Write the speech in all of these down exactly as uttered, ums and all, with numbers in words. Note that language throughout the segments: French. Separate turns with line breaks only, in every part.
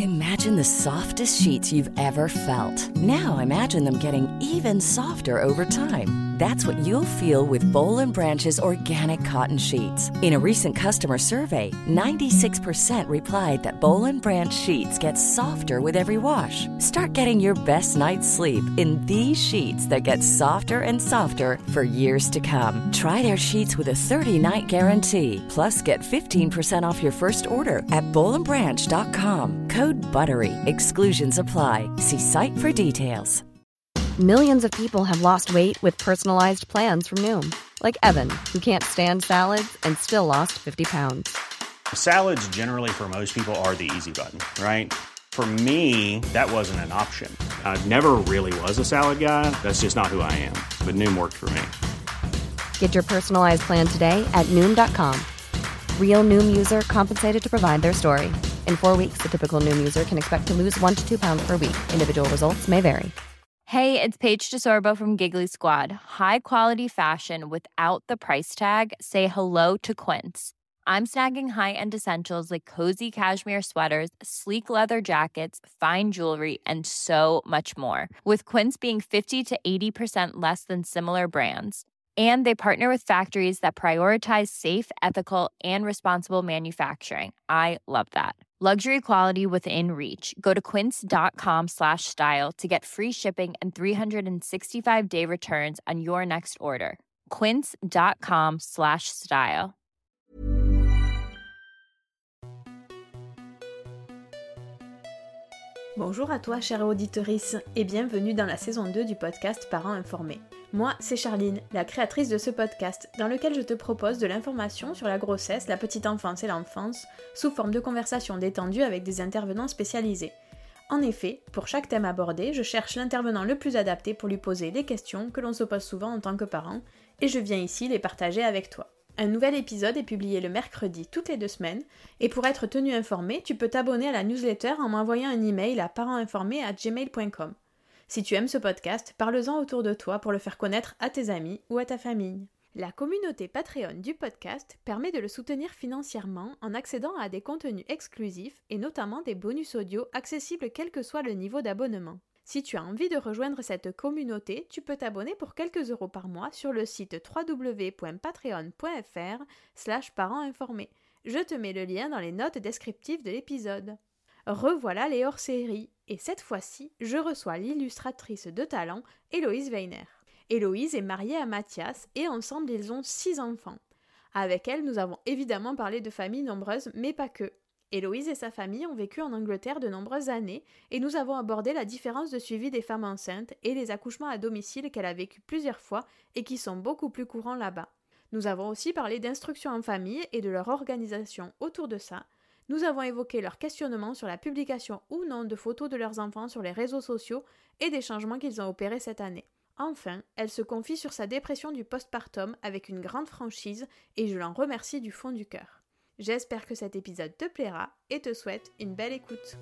Imagine the softest sheets you've ever felt. Now imagine them getting even softer over time. That's what you'll feel with Boll and Branch's organic cotton sheets. In a recent customer survey, ninety-six percent replied that Boll and Branch sheets get softer with every wash. Start getting your best night's sleep in these sheets that get softer and softer for years to come. Try their sheets with a thirty-night guarantee. Plus, get fifteen percent off your first order at boll and branch dot com. Code BUTTERY. Exclusions apply. See site for details.
Millions of people have lost weight with personalized plans from Noom. Like Evan, who can't stand salads and still lost fifty pounds.
Salads generally for most people are the easy button, right? For me, that wasn't an option. I never really was a salad guy. That's just not who I am. But Noom worked for me.
Get your personalized plan today at Noom dot com. Real Noom user compensated to provide their story. In four weeks, the typical Noom user can expect to lose one to two pounds per week. Individual results may vary.
Hey, it's Paige DeSorbo from Giggly Squad. High quality fashion without the price tag. Say hello to Quince. I'm snagging high-end essentials like cozy cashmere sweaters, sleek leather jackets, fine jewelry, and so much more. With Quince being fifty to eighty percent less than similar brands. And they partner with factories that prioritize safe, ethical, and responsible manufacturing. I love that. Luxury quality within reach. Go to quince.com slash style to get free shipping and three sixty-five day returns on your next order. Quince.com slash style.
Bonjour à toi, chère auditorice, et bienvenue dans la saison deux du podcast Parents informés. Moi, c'est Charline, la créatrice de ce podcast, dans lequel je te propose de l'information sur la grossesse, la petite enfance et l'enfance, sous forme de conversations détendues avec des intervenants spécialisés. En effet, pour chaque thème abordé, je cherche l'intervenant le plus adapté pour lui poser les questions que l'on se pose souvent en tant que parent, et je viens ici les partager avec toi. Un nouvel épisode est publié le mercredi toutes les deux semaines, et pour être tenu informé, tu peux t'abonner à la newsletter en m'envoyant un email à parentsinformés arobase gmail point com. Si tu aimes ce podcast, parle-en autour de toi pour le faire connaître à tes amis ou à ta famille. La communauté Patreon du podcast permet de le soutenir financièrement en accédant à des contenus exclusifs et notamment des bonus audio accessibles quel que soit le niveau d'abonnement. Si tu as envie de rejoindre cette communauté, tu peux t'abonner pour quelques euros par mois sur le site w w w point patreon point f r slash parents informés. Je te mets le lien dans les notes descriptives de l'épisode. Revoilà les hors-séries, et cette fois-ci, je reçois l'illustratrice de talent, Héloïse Weiner. Héloïse est mariée à Mathias et ensemble ils ont six enfants. Avec elle, nous avons évidemment parlé de familles nombreuses, mais pas que. Héloïse et sa famille ont vécu en Angleterre de nombreuses années et nous avons abordé la différence de suivi des femmes enceintes et les accouchements à domicile qu'elle a vécu plusieurs fois et qui sont beaucoup plus courants là-bas. Nous avons aussi parlé d'instruction en famille et de leur organisation autour de ça. Nous avons évoqué leur questionnement sur la publication ou non de photos de leurs enfants sur les réseaux sociaux et des changements qu'ils ont opérés cette année. Enfin, elle se confie sur sa dépression du postpartum avec une grande franchise et je l'en remercie du fond du cœur. J'espère que cet épisode te plaira et te souhaite une belle écoute.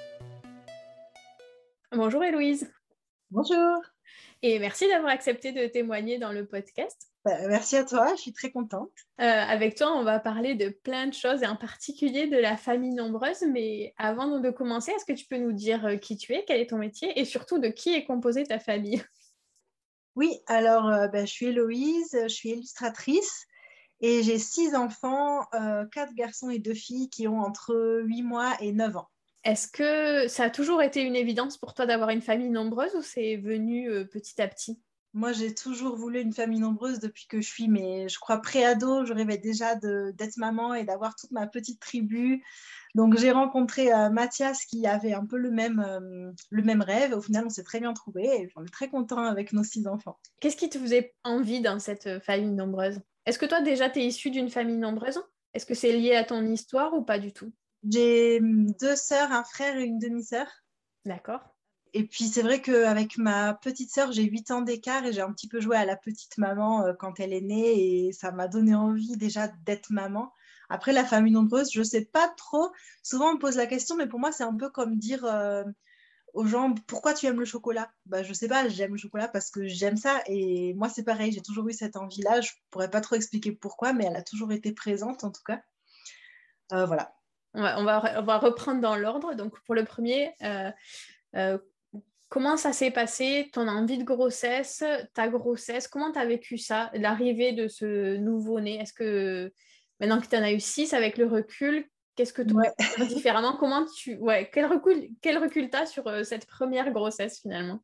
Bonjour Héloïse.
Bonjour.
Et merci d'avoir accepté de témoigner dans le podcast.
Bah, merci à toi, je suis très contente.
Euh, avec toi, on va parler de plein de choses et en particulier de la famille nombreuse. Mais avant de commencer, est-ce que tu peux nous dire qui tu es, quel est ton métier et surtout de qui est composée ta famille ?
Oui, alors euh, bah, je suis Héloïse, je suis illustratrice. Et j'ai six enfants, euh, quatre garçons et deux filles qui ont entre huit mois et neuf ans.
Est-ce que ça a toujours été une évidence pour toi d'avoir une famille nombreuse ou c'est venu euh, petit à petit ?
Moi, j'ai toujours voulu une famille nombreuse depuis que je suis, mais je crois pré-ado, je rêvais déjà de, d'être maman et d'avoir toute ma petite tribu. Donc, j'ai rencontré euh, Mathias qui avait un peu le même, euh, le même rêve. Au final, on s'est très bien trouvés et on est très contents avec nos six enfants.
Qu'est-ce qui te faisait envie dans cette famille nombreuse ? Est-ce que toi, déjà, tu es issue d'une famille nombreuse ? Est-ce que c'est lié à ton histoire ou pas du tout ?
J'ai deux sœurs, un frère et une demi-sœur.
D'accord.
Et puis, c'est vrai qu'avec ma petite sœur, j'ai huit ans d'écart et j'ai un petit peu joué à la petite maman euh, quand elle est née et ça m'a donné envie déjà d'être maman. Après, la famille nombreuse, je ne sais pas trop. Souvent, on me pose la question, mais pour moi, c'est un peu comme dire euh, aux gens « Pourquoi tu aimes le chocolat ?» Bah, je ne sais pas, j'aime le chocolat parce que j'aime ça. Et moi, c'est pareil, j'ai toujours eu cette envie-là. Je ne pourrais pas trop expliquer pourquoi, mais elle a toujours été présente en tout cas. Euh, voilà.
On va, on va, on va reprendre dans l'ordre. Donc, pour le premier, euh, euh, comment ça s'est passé, ton envie de grossesse, ta grossesse, comment tu as vécu ça, l'arrivée de ce nouveau-né? Est-ce que maintenant que tu en as eu six avec le recul, qu'est-ce que tu aurais pu faire différemment? Comment tu... ouais, quel recul, quel recul tu as sur euh, cette première grossesse finalement?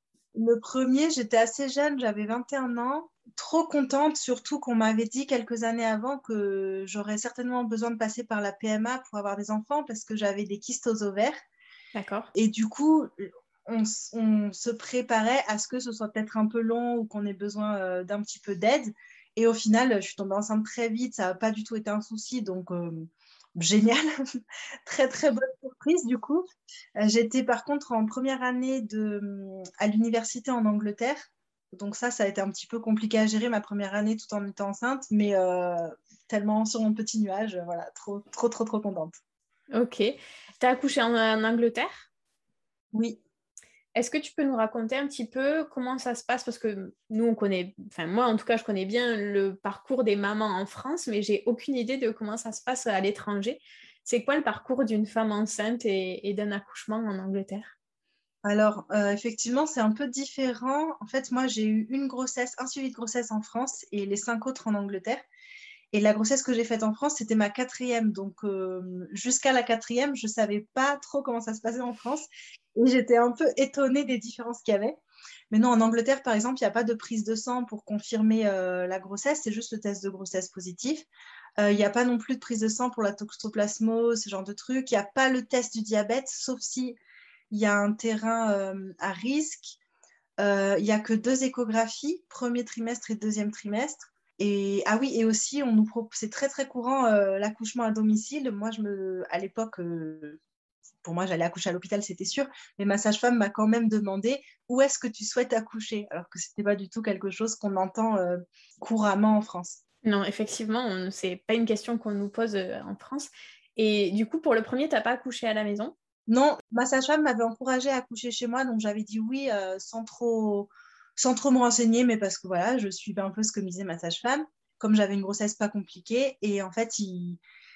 Le premier, j'étais assez jeune, j'avais vingt et un ans, trop contente, surtout qu'on m'avait dit quelques années avant que j'aurais certainement besoin de passer par la P M A pour avoir des enfants parce que j'avais des kystes aux ovaires.
D'accord.
Et du coup, on, on se préparait à ce que ce soit peut-être un peu long ou qu'on ait besoin euh, d'un petit peu d'aide. Et au final, je suis tombée enceinte très vite, ça n'a pas du tout été un souci, donc euh, génial, très très bonne surprise du coup. Euh, j'étais par contre en première année de, à l'université en Angleterre, donc ça, ça a été un petit peu compliqué à gérer ma première année tout en étant enceinte, mais euh, tellement sur mon petit nuage, voilà, trop trop trop trop contente.
Ok. Tu as accouché en, en Angleterre?
Oui.
Est-ce que tu peux nous raconter un petit peu comment ça se passe? Parce que nous, on connaît, enfin moi en tout cas, je connais bien le parcours des mamans en France, mais j'ai aucune idée de comment ça se passe à l'étranger. C'est quoi le parcours d'une femme enceinte et, et d'un accouchement en Angleterre?
Alors, euh, effectivement, c'est un peu différent. En fait, moi, j'ai eu une grossesse, un suivi de grossesse en France et les cinq autres en Angleterre. Et la grossesse que j'ai faite en France, c'était ma quatrième. Donc, euh, jusqu'à la quatrième, je ne savais pas trop comment ça se passait en France. Et j'étais un peu étonnée des différences qu'il y avait. Mais non, en Angleterre, par exemple, il n'y a pas de prise de sang pour confirmer euh, la grossesse. C'est juste le test de grossesse positif. Euh, Il n'y a pas non plus de prise de sang pour la toxoplasmose, ce genre de trucs. Il n'y a pas le test du diabète, sauf si il y a un terrain euh, à risque. Euh, Il n'y a que deux échographies, premier trimestre et deuxième trimestre. Et, ah oui, et aussi, on nous propose, c'est très très courant euh, l'accouchement à domicile. Moi, je me, à l'époque, euh, pour moi, j'allais accoucher à l'hôpital, c'était sûr. Mais ma sage-femme m'a quand même demandé où est-ce que tu souhaites accoucher, alors que c'était pas du tout quelque chose qu'on entend euh, couramment en France.
Non, effectivement, ce n'est pas une question qu'on nous pose euh, en France. Et du coup, pour le premier, tu n'as pas accouché à la maison?
Non, ma sage-femme m'avait encouragée à accoucher chez moi, donc j'avais dit oui euh, sans trop, sans trop me renseigner, mais parce que voilà, je suivais un peu ce que me disait ma sage-femme, comme j'avais une grossesse pas compliquée. Et en fait, il,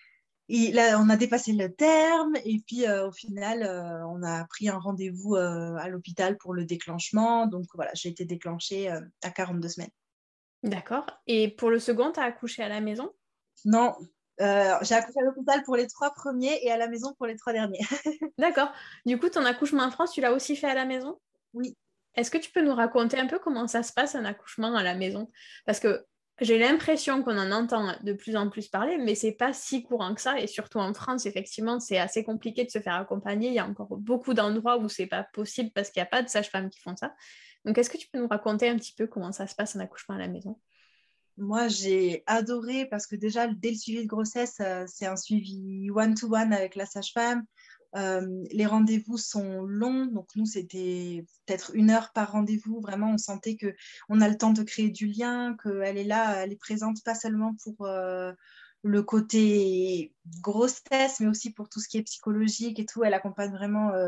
il, là, on a dépassé le terme, et puis euh, au final, euh, on a pris un rendez-vous euh, à l'hôpital pour le déclenchement. Donc voilà, j'ai été déclenchée euh, à quarante-deux semaines.
D'accord. Et pour le second, tu as accouché à la maison?
Non, euh, j'ai accouché à l'hôpital pour les trois premiers et à la maison pour les trois derniers.
D'accord. Du coup, ton accouchement en France, tu l'as aussi fait à la maison?
Oui.
Est-ce que tu peux nous raconter un peu comment ça se passe un accouchement à la maison? Parce que j'ai l'impression qu'on en entend de plus en plus parler, mais c'est pas si courant que ça. Et surtout en France, effectivement, c'est assez compliqué de se faire accompagner. Il y a encore beaucoup d'endroits où c'est pas possible parce qu'il n'y a pas de sages-femmes qui font ça. Donc, est-ce que tu peux nous raconter un petit peu comment ça se passe un accouchement à la maison?
Moi, j'ai adoré parce que déjà, dès le suivi de grossesse, euh, c'est un suivi one-to-one avec la sage-femme. Euh, les rendez-vous sont longs, donc nous, c'était peut-être une heure par rendez-vous. Vraiment, on sentait qu'on a le temps de créer du lien, qu'elle est là, elle est présente pas seulement pour euh, le côté grossesse, mais aussi pour tout ce qui est psychologique et tout. Elle accompagne vraiment euh,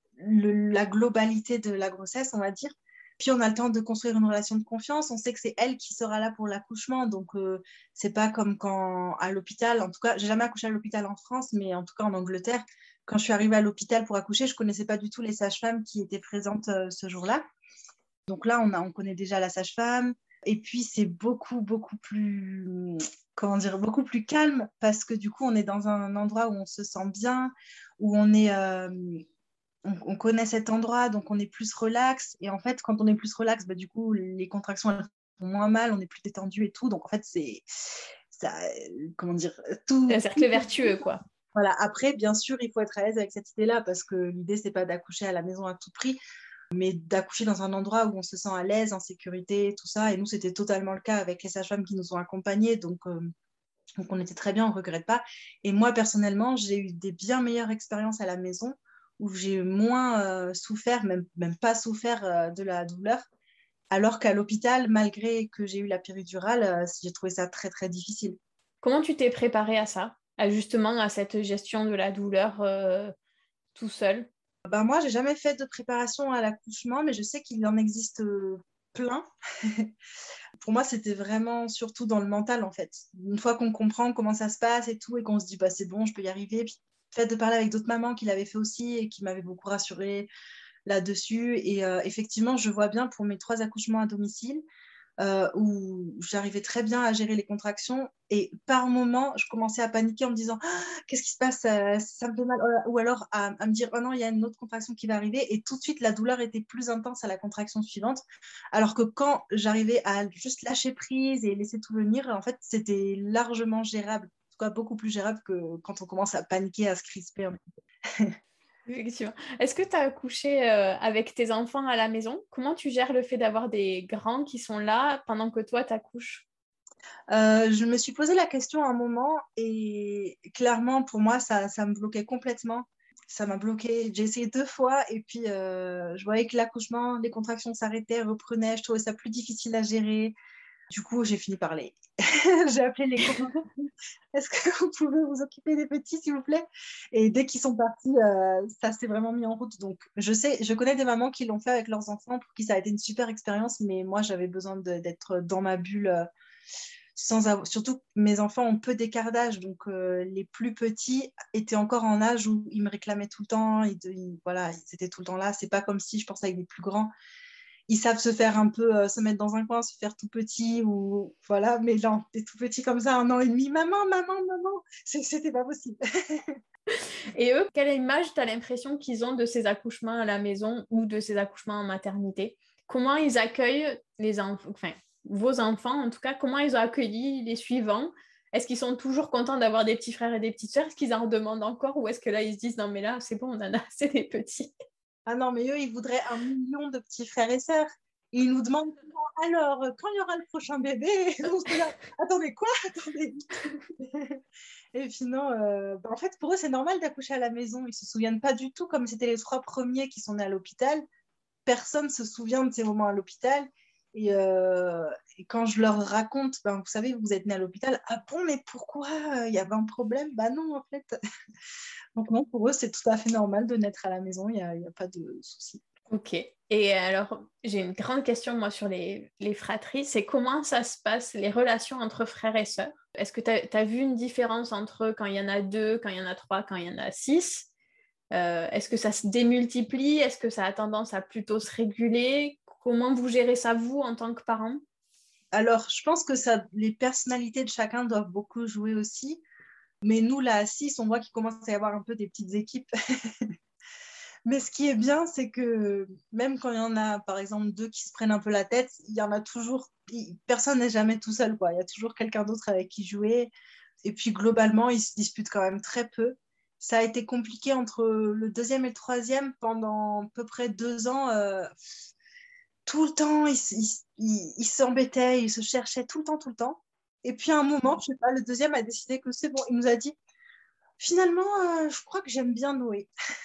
le, la globalité de la grossesse, on va dire. Puis on a le temps de construire une relation de confiance. On sait que c'est elle qui sera là pour l'accouchement. Donc, euh, c'est pas comme quand à l'hôpital. En tout cas, j'ai jamais accouché à l'hôpital en France, mais en tout cas en Angleterre, quand je suis arrivée à l'hôpital pour accoucher, je connaissais pas du tout les sages-femmes qui étaient présentes euh, ce jour-là. Donc là, on, a, on connaît déjà la sage-femme. Et puis, c'est beaucoup, beaucoup plus, comment dire, beaucoup plus calme parce que du coup, on est dans un endroit où on se sent bien, où on est... Euh, On, on connaît cet endroit, donc on est plus relax. Et en fait, quand on est plus relax, bah, du coup, les contractions elles font moins mal, on est plus détendu et tout. Donc en fait, c'est ça, comment dire, tout.
C'est un cercle vertueux, quoi.
Voilà. Après, bien sûr, il faut être à l'aise avec cette idée-là parce que l'idée, c'est pas d'accoucher à la maison à tout prix, mais d'accoucher dans un endroit où on se sent à l'aise, en sécurité, tout ça. Et nous, c'était totalement le cas avec les sages-femmes qui nous ont accompagnés. Donc, euh, donc on était très bien, on ne regrette pas. Et moi, personnellement, j'ai eu des bien meilleures expériences à la maison où j'ai moins euh, souffert, même, même pas souffert euh, de la douleur, alors qu'à l'hôpital, malgré que j'ai eu la péridurale, euh, j'ai trouvé ça très, très difficile.
Comment tu t'es préparée à ça, à justement à cette gestion de la douleur euh, tout seul?
Ben moi, j'ai jamais fait de préparation à l'accouchement, mais je sais qu'il en existe euh, plein. Pour moi, c'était vraiment surtout dans le mental, en fait. Une fois qu'on comprend comment ça se passe et tout, et qu'on se dit, bah, c'est bon, je peux y arriver, puis fait de parler avec d'autres mamans qui l'avaient fait aussi et qui m'avaient beaucoup rassurée là-dessus. Et euh, effectivement, je vois bien pour mes trois accouchements à domicile, Euh, où j'arrivais très bien à gérer les contractions et par moments, je commençais à paniquer en me disant ah, qu'est-ce qui se passe, ça, ça me fait mal, ou alors à, à me dire oh non, il y a une autre contraction qui va arriver et tout de suite la douleur était plus intense à la contraction suivante, alors que quand j'arrivais à juste lâcher prise et laisser tout venir, en fait c'était largement gérable, en tout cas beaucoup plus gérable que quand on commence à paniquer, à se crisper un peu.
Effectivement. Est-ce que tu as accouché euh, avec tes enfants à la maison? Comment tu gères le fait d'avoir des grands qui sont là pendant que toi t'accouches?
Euh, je me suis posé la question à un moment et clairement pour moi ça, ça me bloquait complètement. Ça m'a bloqué. J'ai essayé deux fois et puis euh, je voyais que l'accouchement, les contractions s'arrêtaient, reprenaient. Je trouvais ça plus difficile à gérer. Du coup, j'ai fini par les. J'ai appelé les copains. Est-ce que vous pouvez vous occuper des petits, s'il vous plaît? Et dès qu'ils sont partis, euh, ça s'est vraiment mis en route. Donc, je sais, je connais des mamans qui l'ont fait avec leurs enfants pour qui ça a été une super expérience, mais moi, j'avais besoin de, d'être dans ma bulle. Euh, sans avoir... Surtout que mes enfants ont peu d'écart d'âge, donc euh, les plus petits étaient encore en âge où ils me réclamaient tout le temps. Ils, ils, voilà, ils étaient tout le temps là. C'est pas comme si je pensais avec des plus grands. Ils savent se faire un peu, euh, se mettre dans un coin, se faire tout petit, ou voilà, mais non, t'es tout petit comme ça, un an et demi, maman, maman, maman, c'était pas possible.
Et eux, quelle image tu as l'impression qu'ils ont de ces accouchements à la maison ou de ces accouchements en maternité? Comment ils accueillent les enfants, enfin, vos enfants en tout cas, comment ils ont accueilli les suivants? Est-ce qu'ils sont toujours contents d'avoir des petits frères et des petites sœurs? Est-ce qu'ils en demandent encore ou est-ce que là, ils se disent non, mais là, c'est bon, on en a assez des petits?
Ah non, mais eux, ils voudraient un million de petits frères et sœurs. Ils nous demandent alors, quand il y aura le prochain bébé? Là, attendez, quoi? Attendez. Et puis non, euh, bah en fait, pour eux, c'est normal d'accoucher à la maison. Ils ne se souviennent pas du tout, comme c'était les trois premiers qui sont nés à l'hôpital. Personne ne se souvient de ces moments à l'hôpital. Et, euh, et quand je leur raconte, ben, vous savez, vous êtes nés à l'hôpital. Ah bon, mais pourquoi? Il y avait un problème? Bah non, en fait. Donc non, pour eux, c'est tout à fait normal de naître à la maison. Il n'y a, y a pas de souci.
Ok. Et alors, j'ai une grande question, moi, sur les, les fratries. C'est comment ça se passe, les relations entre frères et sœurs? Est-ce que tu as vu une différence entre quand il y en a deux, quand il y en a trois, quand il y en a six? euh, Est-ce que ça se démultiplie? Est-ce que ça a tendance à plutôt se réguler? Comment vous gérez ça, vous, en tant que parents?
Alors, je pense que ça, les personnalités de chacun doivent beaucoup jouer aussi. Mais nous, là, à six, on voit qu'il commence à y avoir un peu des petites équipes. Mais ce qui est bien, c'est que même quand il y en a, par exemple, deux qui se prennent un peu la tête, il y en a toujours... Personne n'est jamais tout seul, quoi. Il y a toujours quelqu'un d'autre avec qui jouer. Et puis, globalement, ils se disputent quand même très peu. Ça a été compliqué entre le deuxième et le troisième pendant à peu près deux ans. Euh, tout le temps, ils il, il, il s'embêtaient, ils se cherchaient tout le temps, tout le temps. Et puis, à un moment, je sais pas, le deuxième a décidé que c'est bon. Il nous a dit, finalement, euh, je crois que j'aime bien Noé.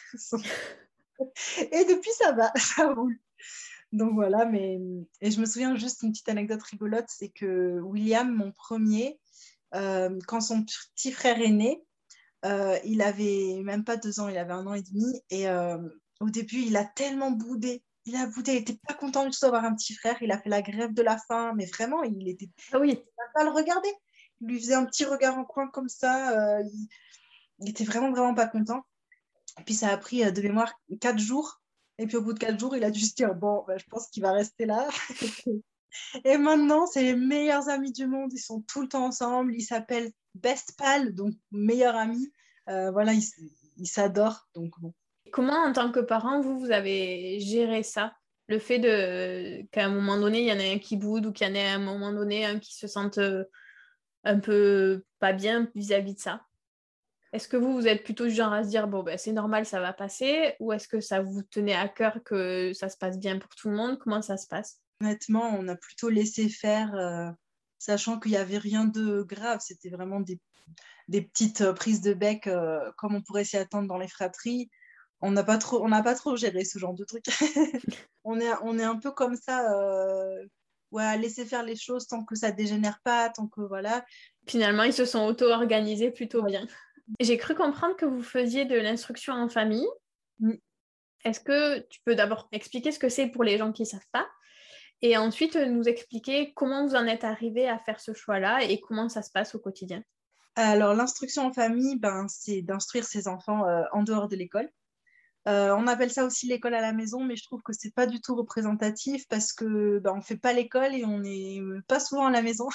Et depuis, ça va, ça roule. Donc voilà, mais... Et je me souviens juste une petite anecdote rigolote, c'est que William, mon premier, euh, quand son petit frère est né, euh, il avait même pas deux ans, il avait un an et demi. Et euh, au début, il a tellement boudé. Il a boudé, il n'était pas content du tout d'avoir un petit frère. Il a fait la grève de la faim, mais vraiment, il était
Ah oui.
Il n'a pas le regarder. Il lui faisait un petit regard en coin comme ça. Euh, il... il était vraiment, vraiment pas content. Et puis ça a pris euh, de mémoire quatre jours. Et puis au bout de quatre jours, il a dû se dire bon, ben, je pense qu'il va rester là. Et maintenant, c'est les meilleurs amis du monde. Ils sont tout le temps ensemble. Ils s'appellent Best Pal, donc meilleurs amis. Euh, voilà, ils, ils s'adorent. Donc bon.
Comment, en tant que parent, vous, vous avez géré ça? Le fait de, qu'à un moment donné, il y en a un qui boude ou qu'il y en ait à un moment donné un qui se sente un peu pas bien vis-à-vis de ça? Est-ce que vous, vous êtes plutôt du genre à se dire, bon, ben, c'est normal, ça va passer? Ou est-ce que ça vous tenait à cœur que ça se passe bien pour tout le monde? Comment ça se passe?
Honnêtement, on a plutôt laissé faire, euh, sachant qu'il n'y avait rien de grave. C'était vraiment des, des petites euh, prises de bec, euh, comme on pourrait s'y attendre dans les fratries. On n'a pas trop, on n'a pas trop géré ce genre de truc. on, est, on est un peu comme ça, euh, ouais, à laisser faire les choses tant que ça ne dégénère pas, tant que voilà.
Finalement, ils se sont auto-organisés plutôt bien. J'ai cru comprendre que vous faisiez de l'instruction en famille.
Mm.
Est-ce que tu peux d'abord expliquer ce que c'est pour les gens qui ne savent pas et ensuite nous expliquer comment vous en êtes arrivé à faire ce choix-là et comment ça se passe au quotidien?
Alors, l'instruction en famille, ben, c'est d'instruire ses enfants euh, en dehors de l'école. Euh, on appelle ça aussi l'école à la maison, mais je trouve que c'est pas du tout représentatif parce que ben, on fait pas l'école et on n'est pas souvent à la maison.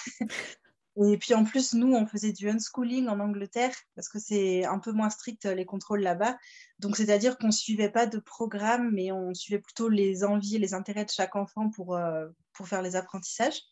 Et puis en plus, nous, on faisait du unschooling en Angleterre parce que c'est un peu moins strict les contrôles là-bas. Donc, c'est-à-dire qu'on suivait pas de programme, mais on suivait plutôt les envies et les intérêts de chaque enfant pour, euh, pour faire les apprentissages.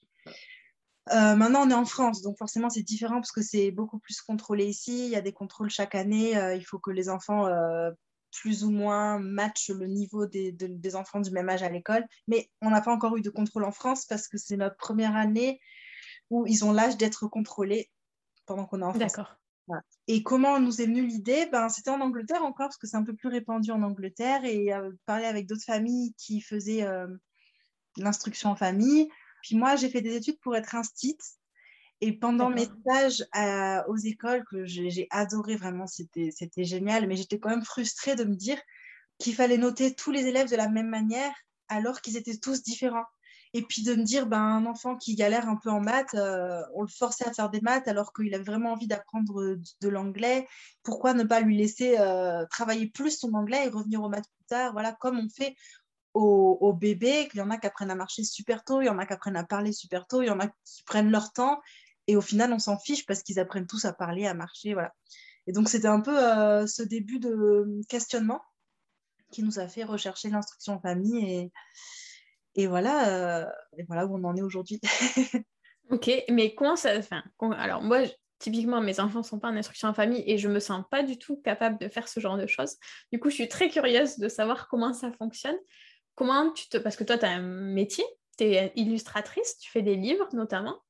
Euh, maintenant, on est en France, donc forcément, c'est différent parce que c'est beaucoup plus contrôlé ici. Il y a des contrôles chaque année. Euh, il faut que les enfants, euh, plus ou moins, matchent le niveau des, de- des enfants du même âge à l'école. Mais on n'a pas encore eu de contrôle en France parce que c'est notre première année où ils ont l'âge d'être contrôlés pendant qu'on est en France.
D'accord.
Voilà. Et comment nous est venue l'idée? Ben, c'était en Angleterre encore, parce que c'est un peu plus répandu en Angleterre, et euh, parler avec d'autres familles qui faisaient euh, l'instruction en famille. Puis moi, j'ai fait des études pour être instite. Et pendant mes
D'accord.
stages à- aux écoles, que j'ai j'ai adoré vraiment, c'était c'était génial, mais j'étais quand même frustrée de me dire qu'il fallait noter tous les élèves de la même manière, alors qu'ils étaient tous différents. Et puis de me dire, ben, un enfant qui galère un peu en maths, euh, on le forçait à faire des maths alors qu'il avait vraiment envie d'apprendre de, de l'anglais. Pourquoi ne pas lui laisser euh, travailler plus son anglais et revenir aux maths plus tard? Voilà, comme on fait aux, aux bébés, qu'il y en a qui apprennent à marcher super tôt, il y en a qui apprennent à parler super tôt, il y en a qui prennent leur temps. Et au final, on s'en fiche parce qu'ils apprennent tous à parler, à marcher, voilà. Et donc, c'était un peu euh, ce début de questionnement qui nous a fait rechercher l'instruction en famille et, et voilà, euh, et voilà où on en est aujourd'hui.
Ok, mais comment ça... Enfin, con- alors moi, je- typiquement, mes enfants ne sont pas en instruction en famille et je me sens pas du tout capable de faire ce genre de choses. Du coup, je suis très curieuse de savoir comment ça fonctionne. Comment tu te... Parce que toi, tu as un métier, tu es illustratrice, tu fais des livres notamment.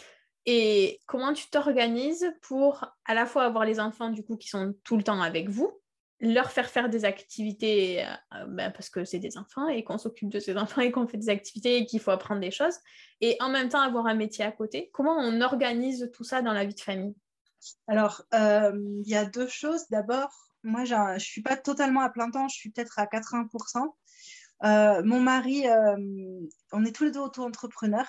Et comment tu t'organises pour à la fois avoir les enfants du coup qui sont tout le temps avec vous, leur faire faire des activités euh, ben, parce que c'est des enfants et qu'on s'occupe de ces enfants et qu'on fait des activités et qu'il faut apprendre des choses, et en même temps avoir un métier à côté. Comment on organise tout ça dans la vie de famille?
Alors, euh, il y a deux choses. D'abord, moi, j'ai un- je ne suis pas totalement à plein temps, je suis peut-être à quatre-vingts pour cent. Euh, mon mari, euh, on est tous les deux auto-entrepreneurs.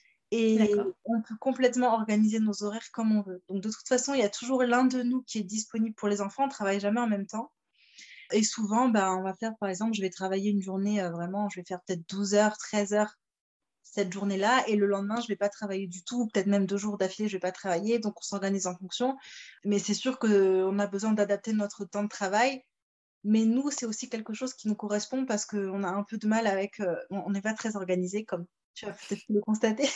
Et
D'accord.
on peut complètement organiser nos horaires comme on veut. Donc, de toute façon, il y a toujours l'un de nous qui est disponible pour les enfants. On ne travaille jamais en même temps. Et souvent, ben, on va faire, par exemple, je vais travailler une journée, euh, vraiment, je vais faire peut-être douze heures, treize heures cette journée-là. Et le lendemain, je ne vais pas travailler du tout. Peut-être même deux jours d'affilée, je ne vais pas travailler. Donc, on s'organise en fonction. Mais c'est sûr qu'on a besoin d'adapter notre temps de travail. Mais nous, c'est aussi quelque chose qui nous correspond parce qu'on a un peu de mal avec... euh, on n'est pas très organisé, comme tu as peut-être pu le constater.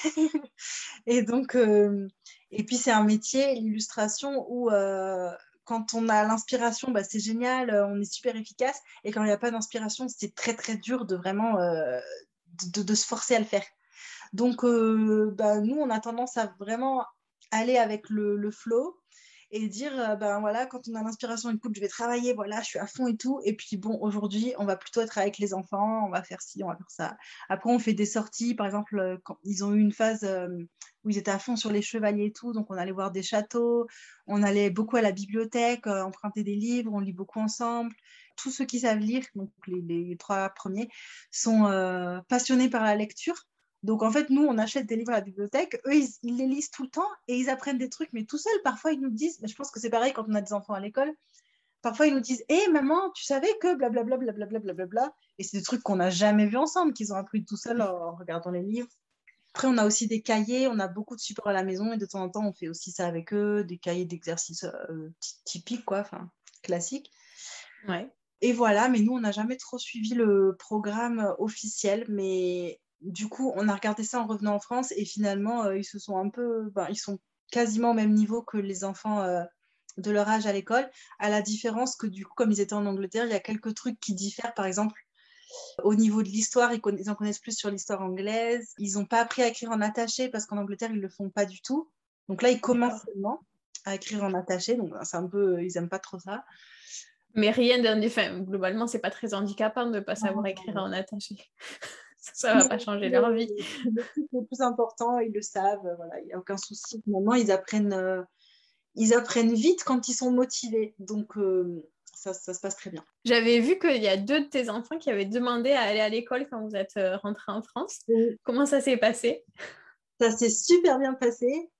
Et donc, euh, et puis c'est un métier, l'illustration, où euh, quand on a l'inspiration, bah, c'est génial, euh, on est super efficace. Et quand il n'y a pas d'inspiration, c'est très très dur de vraiment euh, de, de se forcer à le faire. Donc, euh, bah, nous, on a tendance à vraiment aller avec le, le flow et dire, euh, ben voilà, quand on a l'inspiration, écoute, je vais travailler, voilà, je suis à fond et tout. Et puis, bon, aujourd'hui, on va plutôt être avec les enfants, on va faire ci, on va faire ça. Après, on fait des sorties, par exemple, euh, quand ils ont eu une phase euh, où ils étaient à fond sur les chevaliers et tout, donc on allait voir des châteaux, on allait beaucoup à la bibliothèque, euh, emprunter des livres, on lit beaucoup ensemble. Tous ceux qui savent lire, donc les, les trois premiers, sont euh, passionnés par la lecture. Donc, en fait, nous, on achète des livres à la bibliothèque. Eux, ils, ils les lisent tout le temps et ils apprennent des trucs, mais tout seuls. Parfois, ils nous disent, mais je pense que c'est pareil quand on a des enfants à l'école. Parfois, ils nous disent, hé, hey, maman, tu savais que blablabla, blablabla, blablabla. Et c'est des trucs qu'on n'a jamais vus ensemble, qu'ils ont appris tout seuls en, en regardant les livres. Après, on a aussi des cahiers, on a beaucoup de supports à la maison et de temps en temps, on fait aussi ça avec eux, des cahiers d'exercices euh, typiques, quoi, enfin, classiques.
Ouais.
Et voilà, mais nous, on n'a jamais trop suivi le programme officiel, mais du coup, on a regardé ça en revenant en France et finalement, euh, ils se sont un peu, ben, ils sont quasiment au même niveau que les enfants euh, de leur âge à l'école, à la différence que du coup, comme ils étaient en Angleterre, il y a quelques trucs qui diffèrent. Par exemple, au niveau de l'histoire, ils, conna- ils en connaissent plus sur l'histoire anglaise. Ils n'ont pas appris à écrire en attaché parce qu'en Angleterre, ils le font pas du tout. Donc là, ils commencent
D'accord.
seulement à écrire en attaché, donc c'est un peu, ils aiment pas trop ça.
Mais rien d'un... Enfin, globalement, c'est pas très handicapant de ne pas savoir écrire en attaché. Ça, ça va
Mais
pas changer
le,
leur vie.
le truc le plus important, ils le savent, euh, voilà, il n'y a aucun souci. Finalement, ils apprennent, euh, ils apprennent vite quand ils sont motivés. Donc, euh, ça, ça se passe très bien.
J'avais vu qu'il y a deux de tes enfants qui avaient demandé à aller à l'école quand vous êtes euh, rentrés en France.
Et
Comment ça s'est passé?
ça s'est super bien passé.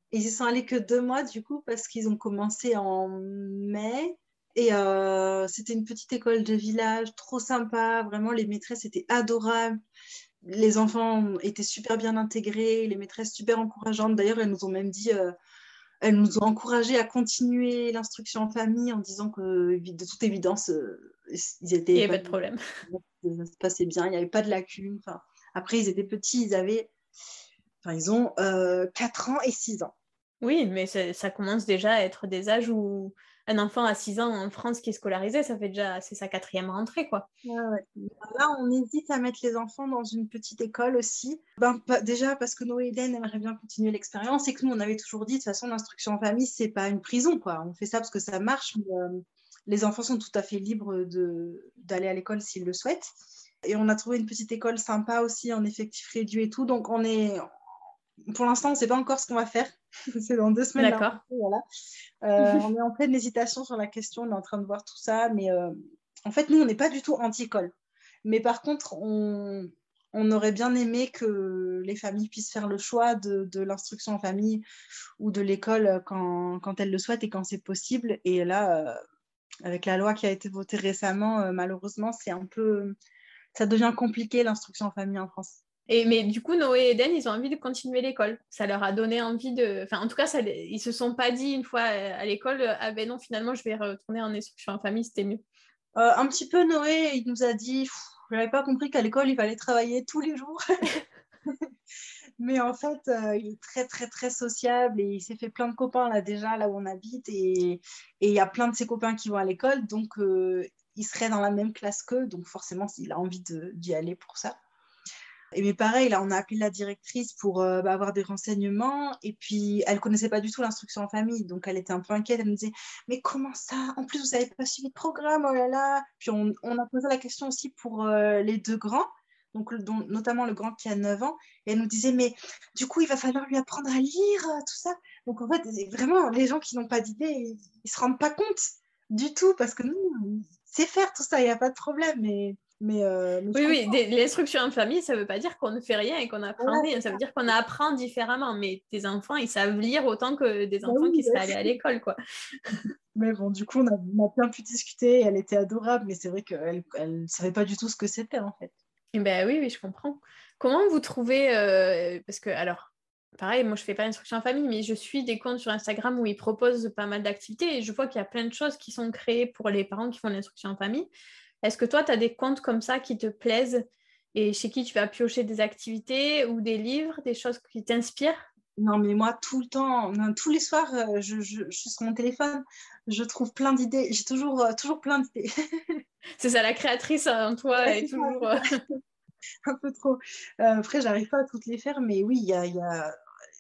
Et ils y sont allés que deux mois, du coup, parce qu'ils ont commencé en mai. Et euh, c'était une petite école de village, trop sympa. Vraiment, les maîtresses étaient adorables. Les enfants étaient super bien intégrés, les maîtresses super encourageantes. D'ailleurs, elles nous ont même dit, euh, elles nous ont encouragés à continuer l'instruction en famille en disant que, de toute évidence, euh, ils étaient
Il n'y avait pas de problème.
Ça se passait bien, il n'y avait pas de lacunes. Enfin, après, ils étaient petits, ils avaient, enfin, ils ont euh, quatre ans et six ans.
Oui, mais ça, ça commence déjà à être des âges où un enfant à six ans en France qui est scolarisé, ça fait déjà, c'est sa quatrième rentrée, quoi.
Ouais, ouais. Là, on hésite à mettre les enfants dans une petite école aussi. Ben, pas, déjà parce que Noé et Hélène aimeraient bien continuer l'expérience et que nous, on avait toujours dit, de toute façon, l'instruction en famille, c'est pas une prison, quoi. On fait ça parce que ça marche, mais euh, les enfants sont tout à fait libres de, d'aller à l'école s'ils le souhaitent. Et on a trouvé une petite école sympa aussi, en effectif réduit et tout. Donc, on est... Pour l'instant, on ne sait pas encore ce qu'on va faire. C'est dans deux semaines.
D'accord.
Là, voilà. euh, on est en pleine hésitation sur la question. On est en train de voir tout ça. Mais euh, en fait, nous, on n'est pas du tout anti-école. Mais par contre, on, on aurait bien aimé que les familles puissent faire le choix de, de l'instruction en famille ou de l'école quand, quand elles le souhaitent et quand c'est possible. Et là, euh, avec la loi qui a été votée récemment, euh, malheureusement, c'est un peu... Ça devient compliqué, l'instruction en famille en France.
Et, mais du coup, Noé et Eden, ils ont envie de continuer l'école. Ça leur a donné envie de... Enfin, en tout cas, ça, ils se sont pas dit une fois à l'école, ah ben non, finalement, je vais retourner en instruction en famille, c'était mieux.
Euh, un petit peu, Noé, il nous a dit, je n'avais pas compris qu'à l'école, il fallait travailler tous les jours. Mais en fait, euh, il est très, très, très sociable et il s'est fait plein de copains là déjà, là où on habite. Et il y a plein de ses copains qui vont à l'école, donc euh, il serait dans la même classe qu'eux. Donc forcément, il a envie de, d'y aller pour ça. Et mais pareil, là, on a appelé la directrice pour euh, bah, avoir des renseignements. Et puis, elle ne connaissait pas du tout l'instruction en famille. Donc, elle était un peu inquiète. Elle me disait, mais comment ça? En plus, vous n'avez pas suivi de programme, oh là là. Puis, on, on a posé la question aussi pour euh, les deux grands, donc le, dont, notamment le grand qui a neuf ans. Et elle nous disait, mais du coup, il va falloir lui apprendre à lire, tout ça. Donc, en fait, vraiment, les gens qui n'ont pas d'idée, ils ne se rendent pas compte du tout. Parce que nous, on sait faire tout ça, il n'y a pas de problème. Mais... Mais, euh, mais
oui, oui, des, l'instruction en famille, ça ne veut pas dire qu'on ne fait rien et qu'on apprend rien. Ça veut dire qu'on apprend différemment. Mais tes enfants, ils savent lire autant que des enfants oui, qui seraient allés à l'école, quoi.
Mais bon, du coup, on a, on a bien pu discuter. Elle était adorable, mais c'est vrai qu'elle ne savait pas du tout ce que c'était, en fait.
Et ben oui, oui, je comprends. Comment vous trouvez... Euh, parce que, alors, pareil, moi, je ne fais pas l'instruction en famille, mais je suis des comptes sur Instagram où ils proposent pas mal d'activités et je vois qu'il y a plein de choses qui sont créées pour les parents qui font l'instruction en famille. Est-ce que toi, tu as des comptes comme ça qui te plaisent et chez qui tu vas piocher des activités ou des livres, des choses qui t'inspirent?
Non, mais moi, tout le temps, non, tous les soirs, je, je, je suis sur mon téléphone, je trouve plein d'idées. J'ai toujours, euh, toujours plein d'idées.
C'est ça, la créatrice en toi ouais, est toujours... Euh...
un peu trop. Euh, après, j'arrive pas à toutes les faire, mais oui, il y a... Y a...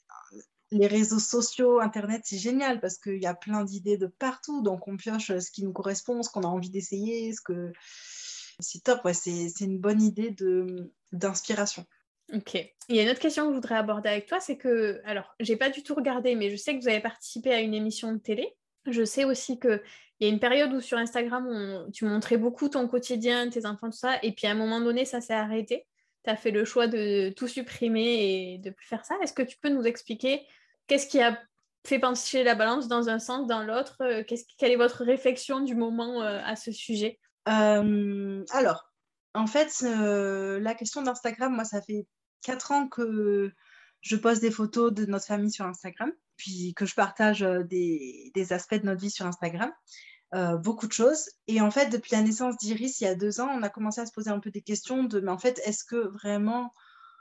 Les réseaux sociaux, Internet, c'est génial parce qu'il y a plein d'idées de partout. Donc, on pioche ce qui nous correspond, ce qu'on a envie d'essayer. Ce que... C'est top, ouais, c'est, c'est une bonne idée de, d'inspiration.
Ok. Il y a une autre question que je voudrais aborder avec toi, c'est que, alors, j'ai pas du tout regardé, mais je sais que vous avez participé à une émission de télé. Je sais aussi qu'il y a une période où sur Instagram, on, tu montrais beaucoup ton quotidien, tes enfants, tout ça, et puis à un moment donné, ça s'est arrêté. Tu as fait le choix de tout supprimer et de plus faire ça. Est-ce que tu peux nous expliquer qu'est-ce qui a fait pencher la balance dans un sens, dans l'autre? Qu'est-ce, quelle est votre réflexion du moment euh, à ce sujet?
euh, Alors, en fait, euh, la question d'Instagram, moi, ça fait quatre ans que je poste des photos de notre famille sur Instagram, puis que je partage des, des aspects de notre vie sur Instagram. Euh, beaucoup de choses. Et en fait, depuis la naissance d'Iris, il y a deux ans, on a commencé à se poser un peu des questions de, mais en fait, est-ce que vraiment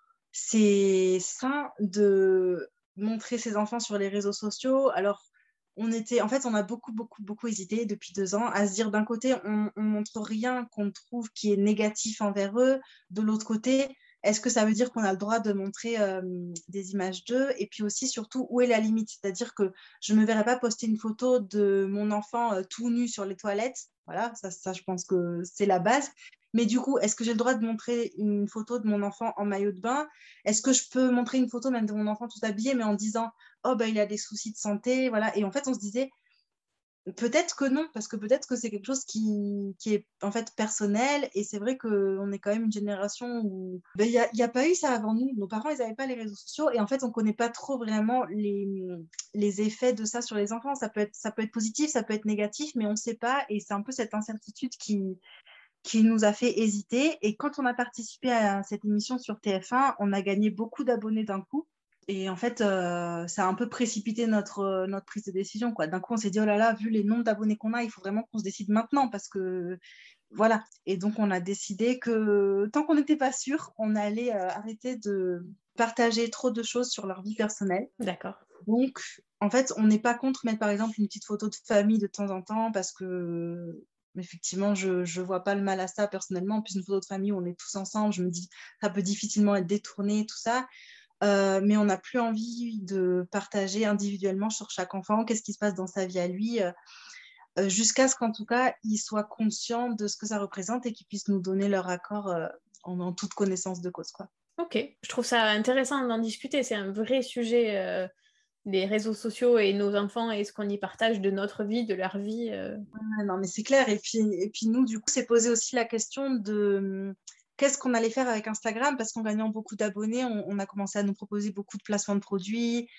c'est sain de montrer ses enfants sur les réseaux sociaux? Alors, on était, en fait, on a beaucoup, beaucoup, beaucoup hésité depuis deux ans à se dire, d'un côté, on ne montre rien qu'on trouve qui est négatif envers eux. De l'autre côté, est-ce que ça veut dire qu'on a le droit de montrer euh, des images d'eux? Et puis aussi, surtout, où est la limite? C'est-à-dire que je ne me verrais pas poster une photo de mon enfant euh, tout nu sur les toilettes. Voilà, ça, ça, je pense que c'est la base. Mais du coup, est-ce que j'ai le droit de montrer une photo de mon enfant en maillot de bain? Est-ce que je peux montrer une photo même de mon enfant tout habillé, mais en disant « Oh, ben, il a des soucis de santé. » Voilà. Et en fait, on se disait, peut-être que non, parce que peut-être que c'est quelque chose qui, qui est en fait personnel. Et c'est vrai qu'on est quand même une génération où il ben, n'y a, y a pas eu ça avant nous. Nos parents, ils n'avaient pas les réseaux sociaux. Et en fait, on ne connaît pas trop vraiment les, les effets de ça sur les enfants. Ça peut être, ça peut être positif, ça peut être négatif, mais on ne sait pas. Et c'est un peu cette incertitude qui, qui nous a fait hésiter. Et quand on a participé à cette émission sur T F un, on a gagné beaucoup d'abonnés d'un coup. Et en fait, euh, ça a un peu précipité notre, notre prise de décision, quoi. D'un coup, on s'est dit, oh là là, vu les nombres d'abonnés qu'on a, il faut vraiment qu'on se décide maintenant parce que, voilà. Et donc, on a décidé que tant qu'on n'était pas sûr, on allait euh, arrêter de partager trop de choses sur leur vie personnelle.
D'accord.
Donc, en fait, on n'est pas contre mettre, par exemple, une petite photo de famille de temps en temps parce que, effectivement, je ne vois pas le mal à ça personnellement. En plus, une photo de famille où on est tous ensemble, je me dis, ça peut difficilement être détourné, tout ça. Euh, mais on n'a plus envie de partager individuellement sur chaque enfant qu'est-ce qui se passe dans sa vie à lui, euh, euh, jusqu'à ce qu'en tout cas, ils soient conscients de ce que ça représente et qu'ils puissent nous donner leur accord euh, en, en toute connaissance de cause, quoi.
Ok, je trouve ça intéressant d'en discuter. C'est un vrai sujet, euh, les réseaux sociaux et nos enfants et ce qu'on y partage de notre vie, de leur vie. Euh...
Ah, non, mais c'est clair. Et puis, et puis nous, du coup, c'est posé aussi la question de... qu'est-ce qu'on allait faire avec Instagram? Parce qu'en gagnant beaucoup d'abonnés, on, on a commencé à nous proposer beaucoup de placements de produits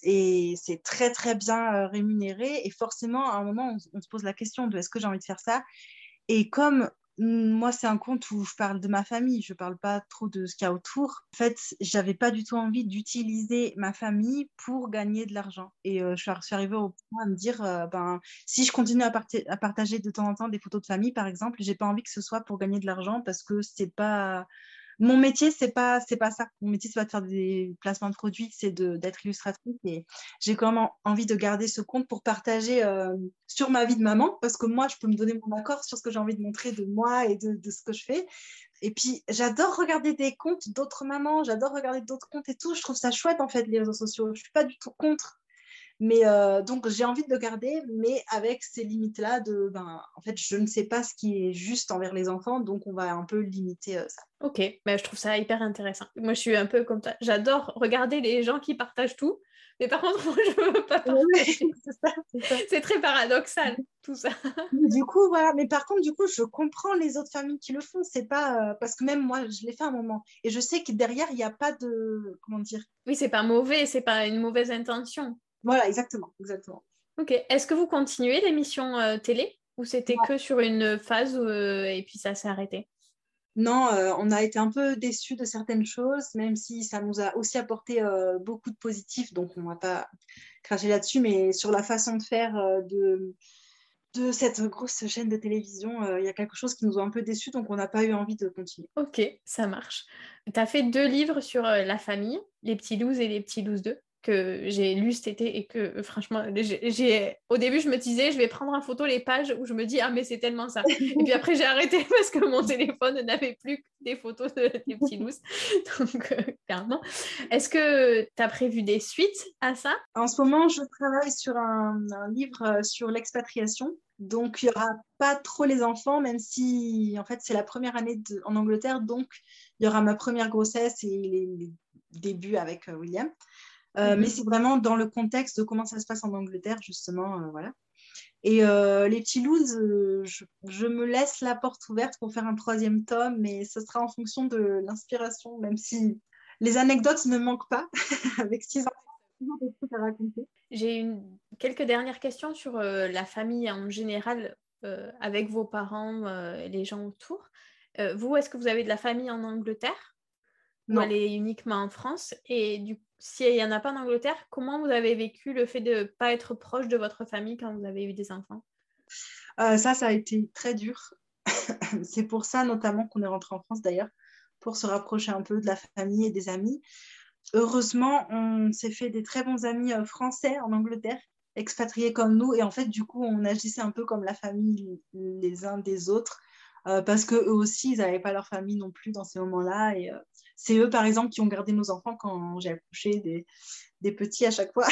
et c'est très, très bien euh, rémunéré. Et forcément, à un moment, on, on se pose la question de est-ce que j'ai envie de faire ça? Et comme moi, c'est un compte où je parle de ma famille, je parle pas trop de ce qu'il y a autour. En fait, j'avais pas du tout envie d'utiliser ma famille pour gagner de l'argent. Et euh, je suis arrivée au point à me dire, euh, ben, si je continue à, part- à partager de temps en temps des photos de famille, par exemple, j'ai pas envie que ce soit pour gagner de l'argent parce que c'est pas mon métier, c'est pas c'est pas ça. Mon métier, c'est pas de faire des placements de produits, c'est de d'être illustratrice. Et j'ai quand même envie de garder ce compte pour partager euh, sur ma vie de maman, parce que moi, je peux me donner mon accord sur ce que j'ai envie de montrer de moi et de, de ce que je fais. Et puis, j'adore regarder des comptes d'autres mamans, j'adore regarder d'autres comptes et tout. Je trouve ça chouette, en fait, les réseaux sociaux. Je suis pas du tout contre. Mais euh, donc, j'ai envie de le garder, mais avec ces limites-là de, ben, en fait, je ne sais pas ce qui est juste envers les enfants, donc on va un peu limiter euh, ça.
Ok, ben, je trouve ça hyper intéressant. Moi, je suis un peu comme toi. J'adore regarder les gens qui partagent tout, mais par contre, moi, je ne veux pas partager.
Oui, c'est ça, c'est ça.
C'est très paradoxal, tout ça.
Mais du coup, voilà. Mais par contre, du coup, je comprends les autres familles qui le font. C'est pas euh, parce que même moi, je l'ai fait un moment, et je sais que derrière, il n'y a pas de, comment dire.
Oui, c'est pas mauvais, c'est pas une mauvaise intention.
Voilà, exactement, exactement.
Ok, est-ce que vous continuez l'émission euh, télé ou c'était
Non.
que sur une phase euh, et puis ça s'est arrêté?
Non, euh, on a été un peu déçus de certaines choses, même si ça nous a aussi apporté euh, beaucoup de positifs, donc on ne va pas cracher là-dessus, mais sur la façon de faire euh, de, de cette grosse chaîne de télévision, il euh, y a quelque chose qui nous a un peu déçus, donc on n'a pas eu envie de continuer.
Ok, ça marche. Tu as fait deux livres sur euh, la famille, Les Petits Louz et Les Petits Louz deux, que j'ai lu cet été et que euh, franchement, j'ai, j'ai... au début, je me disais, je vais prendre en photo les pages où je me dis, ah, mais c'est tellement ça. Et puis après, j'ai arrêté parce que mon téléphone n'avait plus que des photos de Les Petits Louz. Donc, euh, clairement. Est-ce que tu as prévu des suites à ça?
En ce moment, je travaille sur un, un livre sur l'expatriation. Donc, il n'y aura pas trop les enfants, même si, en fait, c'est la première année de, en Angleterre. Donc, il y aura ma première grossesse et les, les débuts avec euh, William. Euh, mm-hmm. Mais c'est vraiment dans le contexte de comment ça se passe en Angleterre, justement. Euh, voilà. Et euh, les petits looses, euh, je, je me laisse la porte ouverte pour faire un troisième tome, mais ce sera en fonction de l'inspiration, même si les anecdotes ne manquent pas avec six ans. Des trucs à raconter.
J'ai une... quelques dernières questions sur euh, la famille en général, euh, avec vos parents, euh, les gens autour. Euh, vous, est-ce que vous avez de la famille en Angleterre?
Non.
Ou elle est uniquement en France? Et du... s'il n'y en a pas en Angleterre, comment vous avez vécu le fait de ne pas être proche de votre famille quand vous avez eu des enfants?
euh, Ça, ça a été très dur. C'est pour ça notamment qu'on est rentré en France d'ailleurs, pour se rapprocher un peu de la famille et des amis. Heureusement, on s'est fait des très bons amis français en Angleterre, expatriés comme nous. Et en fait, du coup, on agissait un peu comme la famille les uns des autres, euh, parce qu'eux aussi, ils n'avaient pas leur famille non plus dans ces moments-là. Et euh, c'est eux, par exemple, qui ont gardé nos enfants quand j'ai accouché des, des petits à chaque fois.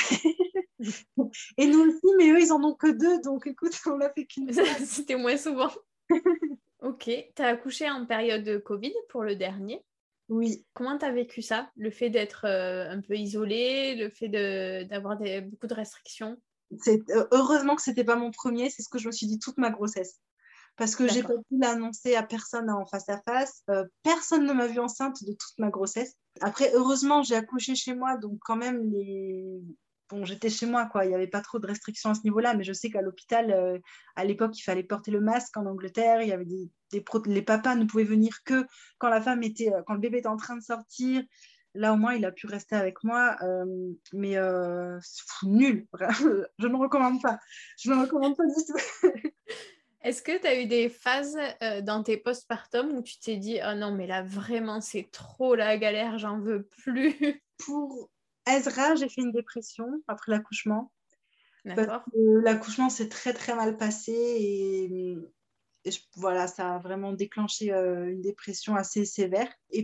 Et nous aussi, mais eux, ils en ont que deux. Donc, écoute, on l'a fait qu'une fois.
C'était moins souvent. Ok. Tu as accouché en période de Covid pour le dernier?
Oui.
Comment tu as vécu ça? Le fait d'être euh, un peu isolée, le fait de, d'avoir des, beaucoup de restrictions?
c'est, euh, heureusement que c'était pas mon premier, c'est ce que je me suis dit toute ma grossesse. Parce que j'ai pas
D'accord.
pu l'annoncer à personne en face à face. Euh, personne ne m'a vue enceinte de toute ma grossesse. Après, heureusement, j'ai accouché chez moi, donc quand même, les... bon, j'étais chez moi, quoi. Il n'y avait pas trop de restrictions à ce niveau-là, mais je sais qu'à l'hôpital, euh, à l'époque, il fallait porter le masque en Angleterre. Il y avait des, des pro... Les papas ne pouvaient venir que quand la femme était, euh, quand le bébé était en train de sortir. Là, au moins, il a pu rester avec moi. Euh, mais euh, c'est nul. Je ne recommande pas. Je ne recommande pas du tout.
Est-ce que tu as eu des phases euh, dans tes postpartum où tu t'es dit « Oh non, mais là, vraiment, c'est trop la galère, j'en veux plus ».
Pour Ezra, j'ai fait une dépression après l'accouchement. Parce
D'accord.
que l'accouchement s'est très très mal passé et, et je- voilà, ça a vraiment déclenché euh, une dépression assez sévère. Et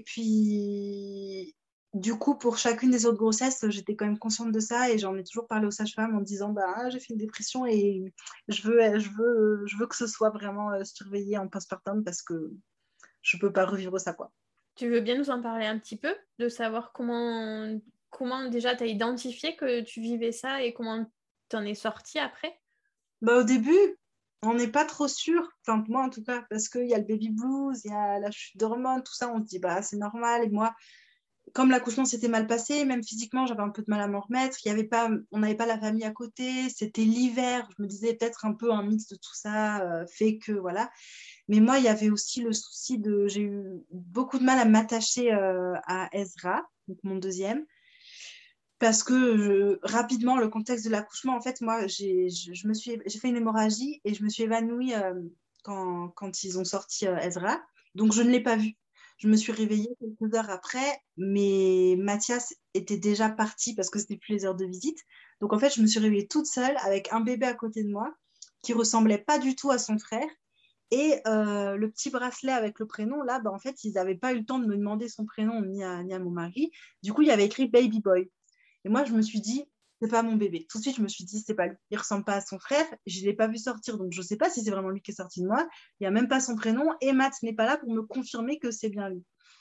puis, du coup, pour chacune des autres grossesses, j'étais quand même consciente de ça et j'en ai toujours parlé aux sages-femmes en me disant bah, ah, j'ai fait une dépression et je veux, je veux, je veux que ce soit vraiment euh, surveillé en postpartum parce que je peux pas revivre ça, quoi.
Tu veux bien nous en parler un petit peu, de savoir comment, comment déjà tu as identifié que tu vivais ça et comment tu en es sortie après?
Bah, au début, on n'est pas trop sûr, enfin moi en tout cas, parce qu'il y a le baby blues, il y a la chute d'hormones, tout ça, on se dit bah c'est normal. Et moi, comme l'accouchement s'était mal passé, même physiquement, j'avais un peu de mal à m'en remettre. Il y avait pas, on n'avait pas la famille à côté, c'était l'hiver. Je me disais peut-être un peu un mix de tout ça euh, fait que voilà. Mais moi, il y avait aussi le souci de, j'ai eu beaucoup de mal à m'attacher euh, à Ezra, donc mon deuxième. Parce que je- rapidement, le contexte de l'accouchement, en fait, moi, j'ai, je, je me suis, j'ai fait une hémorragie et je me suis évanouie euh, quand, quand ils ont sorti euh, Ezra. Donc, je ne l'ai pas vu. Je me suis réveillée quelques heures après, mais Mathias était déjà parti parce que c'était plus les heures de visite. Donc, en fait, je me suis réveillée toute seule avec un bébé à côté de moi qui ressemblait pas du tout à son frère. Et euh, le petit bracelet avec le prénom, là, bah, en fait, ils n'avaient pas eu le temps de me demander son prénom ni à, ni à mon mari. Du coup, il y avait écrit Baby Boy. Et moi, je me suis dit, c'est pas mon bébé. Tout de suite, je me suis dit, c'est pas lui. Il ressemble pas à son frère. Je l'ai pas vu sortir, donc je sais pas si c'est vraiment lui qui est sorti de moi. Il y a même pas son prénom. Et Matt n'est pas là pour me confirmer que c'est bien lui.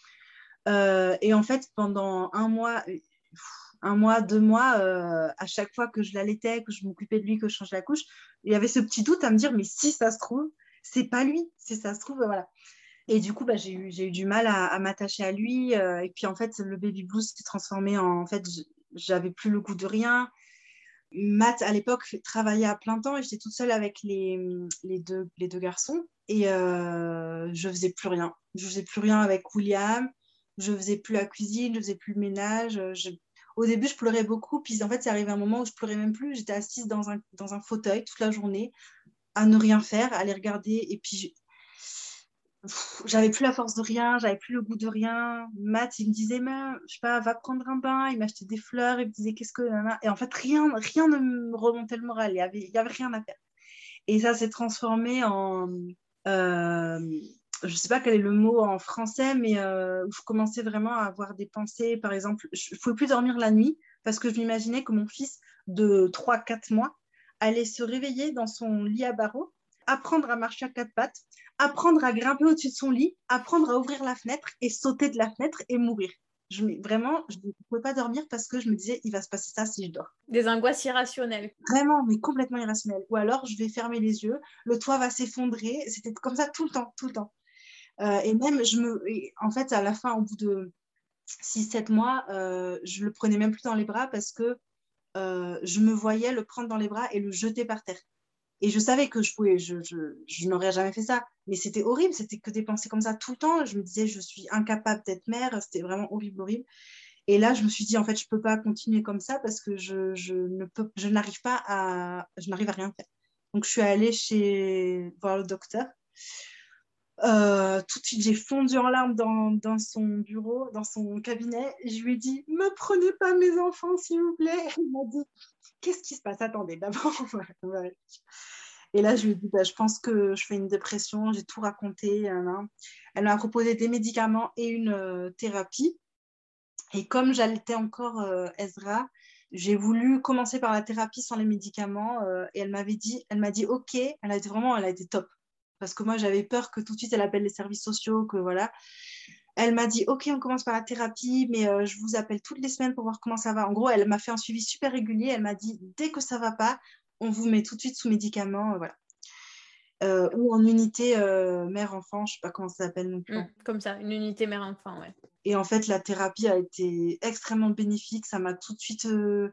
Euh, et en fait, pendant un mois, un mois, deux mois, euh, à chaque fois que je l'allaitais, que je m'occupais de lui, que je changeais la couche, il y avait ce petit doute à me dire, mais si ça se trouve, c'est pas lui. Si ça se trouve, voilà. Et du coup, bah, j'ai eu, j'ai eu du mal à, à m'attacher à lui. Euh, et puis, en fait, le baby blues s'est transformé en... En fait, j'avais plus le goût de rien. Matt, à l'époque, travaillait à plein temps et j'étais toute seule avec les, les, deux, les deux garçons. Et euh, je faisais plus rien. Je faisais plus rien avec William. Je faisais plus la cuisine. Je faisais plus le ménage. Je... Au début, je pleurais beaucoup. Puis, en fait, c'est arrivé un moment où je pleurais même plus. J'étais assise dans un, dans un fauteuil toute la journée à ne rien faire, à les regarder. Et puis, j'avais plus la force de rien, j'avais plus le goût de rien. Matt, il me disait, mais, je sais pas, va prendre un bain. Il m'achetait des fleurs, il me disait, qu'est-ce que... Nana. Et en fait, rien, rien ne me remontait le moral. Il y avait, il y avait rien à faire. Et ça s'est transformé en... Euh, je sais pas quel est le mot en français, mais euh, où je commençais vraiment à avoir des pensées. Par exemple, je ne pouvais plus dormir la nuit parce que je m'imaginais que mon fils de trois quatre mois allait se réveiller dans son lit à barreaux, apprendre à marcher à quatre pattes, apprendre à grimper au-dessus de son lit, apprendre à ouvrir la fenêtre et sauter de la fenêtre et mourir. Je, vraiment, je ne pouvais pas dormir parce que je me disais, il va se passer ça si je dors.
Des angoisses irrationnelles.
Vraiment, mais complètement irrationnel. Ou alors, je vais fermer les yeux, le toit va s'effondrer. C'était comme ça tout le temps, tout le temps. Euh, et même, je me, et en fait, à la fin, au bout de six sept mois, euh, je le prenais même plus dans les bras parce que euh, je me voyais le prendre dans les bras et le jeter par terre. Et je savais que je pouvais, je, je, je n'aurais jamais fait ça. Mais c'était horrible, c'était que des pensées comme ça tout le temps. Je me disais, je suis incapable d'être mère. C'était vraiment horrible, horrible. Et là, je me suis dit, en fait, je ne peux pas continuer comme ça parce que je, je, ne peux, je n'arrive pas à, je n'arrive à rien faire. Donc, je suis allée chez, voir le docteur. Euh, tout de suite, j'ai fondu en larmes dans, dans son bureau, dans son cabinet. Et je lui ai dit, ne me prenez pas mes enfants, s'il vous plaît. Il m'a dit, qu'est-ce qui se passe? Attendez, d'abord. Et là, je lui ai dit, bah, je pense que je fais une dépression. J'ai tout raconté. Hein. Elle m'a proposé des médicaments et une euh, thérapie. Et comme j'allaitais encore euh, Ezra, j'ai voulu commencer par la thérapie sans les médicaments. Euh, et elle m'avait dit, elle m'a dit, OK. Elle a été vraiment, elle a été top. Parce que moi, j'avais peur que tout de suite, elle appelle les services sociaux, que voilà. Elle m'a dit, OK, on commence par la thérapie, mais euh, je vous appelle toutes les semaines pour voir comment ça va. En gros, elle m'a fait un suivi super régulier. Elle m'a dit, dès que ça va pas, on vous met tout de suite sous médicaments, euh, voilà. Euh, ou en unité euh, mère-enfant, je ne sais pas comment ça s'appelle non plus.
Mmh, comme ça, une unité mère-enfant, ouais.
Et en fait, la thérapie a été extrêmement bénéfique. Ça m'a tout de suite... Euh...